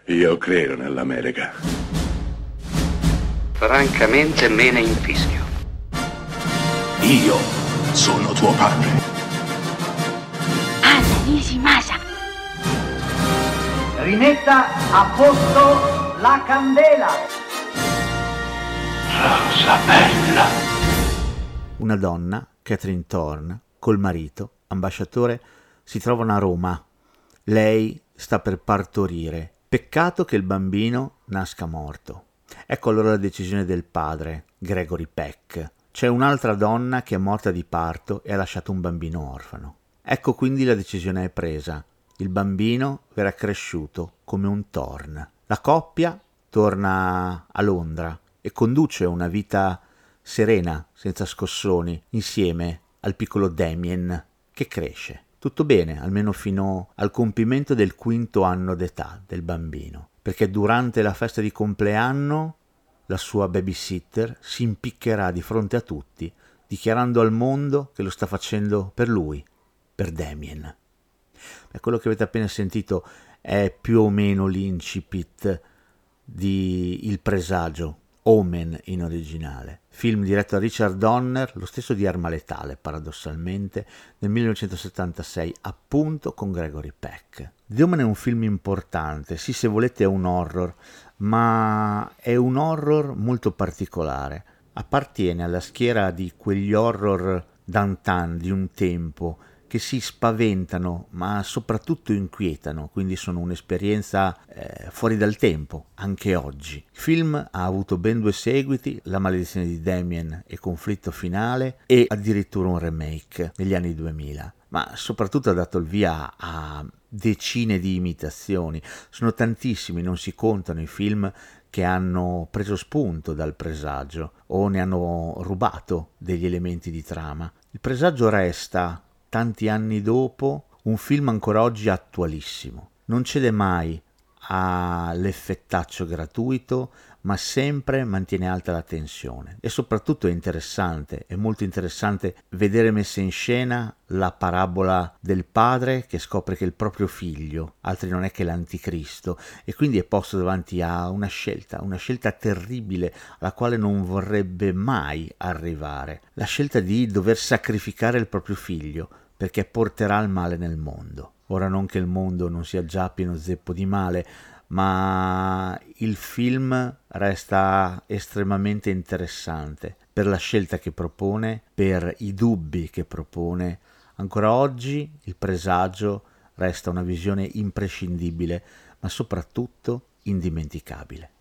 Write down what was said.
Io credo nell'America. Francamente me ne infischio. Io sono tuo padre. Anna Nishimasa. Rimetta a posto la candela. Rosa bella. Una donna, Catherine Thorne, col marito, ambasciatore, si trovano a Roma. Lei sta per partorire. Peccato che il bambino nasca morto. Ecco allora la decisione del padre, Gregory Peck. C'è un'altra donna che è morta di parto e ha lasciato un bambino orfano. Ecco quindi la decisione è presa. Il bambino verrà cresciuto come un Thorne. La coppia torna a Londra e conduce una vita serena, senza scossoni, insieme al piccolo Damien, che cresce. Tutto bene, almeno fino al compimento del 5° anno d'età del bambino, perché durante la festa di compleanno la sua babysitter si impiccherà di fronte a tutti, dichiarando al mondo che lo sta facendo per lui, per Damien. E quello che avete appena sentito è più o meno l'incipit di Il presagio, Omen in originale, film diretto da Richard Donner, lo stesso di Arma letale paradossalmente, nel 1976, appunto con Gregory Peck. The Omen è un film importante, sì, se volete è un horror, ma è un horror molto particolare. Appartiene alla schiera di quegli horror d'antan, di un tempo, che si spaventano ma soprattutto inquietano, quindi sono un'esperienza fuori dal tempo, anche oggi. Il film ha avuto ben 2 seguiti, La maledizione di Damien e Conflitto finale, e addirittura un remake negli anni 2000, ma soprattutto ha dato il via a decine di imitazioni. Sono tantissimi, non si contano i film che hanno preso spunto dal presagio o ne hanno rubato degli elementi di trama. Il presagio resta, tanti anni dopo, un film ancora oggi attualissimo. Non cede mai all'effettaccio gratuito, ma sempre mantiene alta la tensione. E soprattutto è interessante, è molto interessante vedere messa in scena la parabola del padre che scopre che il proprio figlio altri non è che l'anticristo, e quindi è posto davanti a una scelta terribile alla quale non vorrebbe mai arrivare, la scelta di dover sacrificare il proprio figlio perché porterà il male nel mondo. Ora, non che il mondo non sia già pieno zeppo di male, ma il film resta estremamente interessante per la scelta che propone, per i dubbi che propone. Ancora oggi Il presagio resta una visione imprescindibile, ma soprattutto indimenticabile.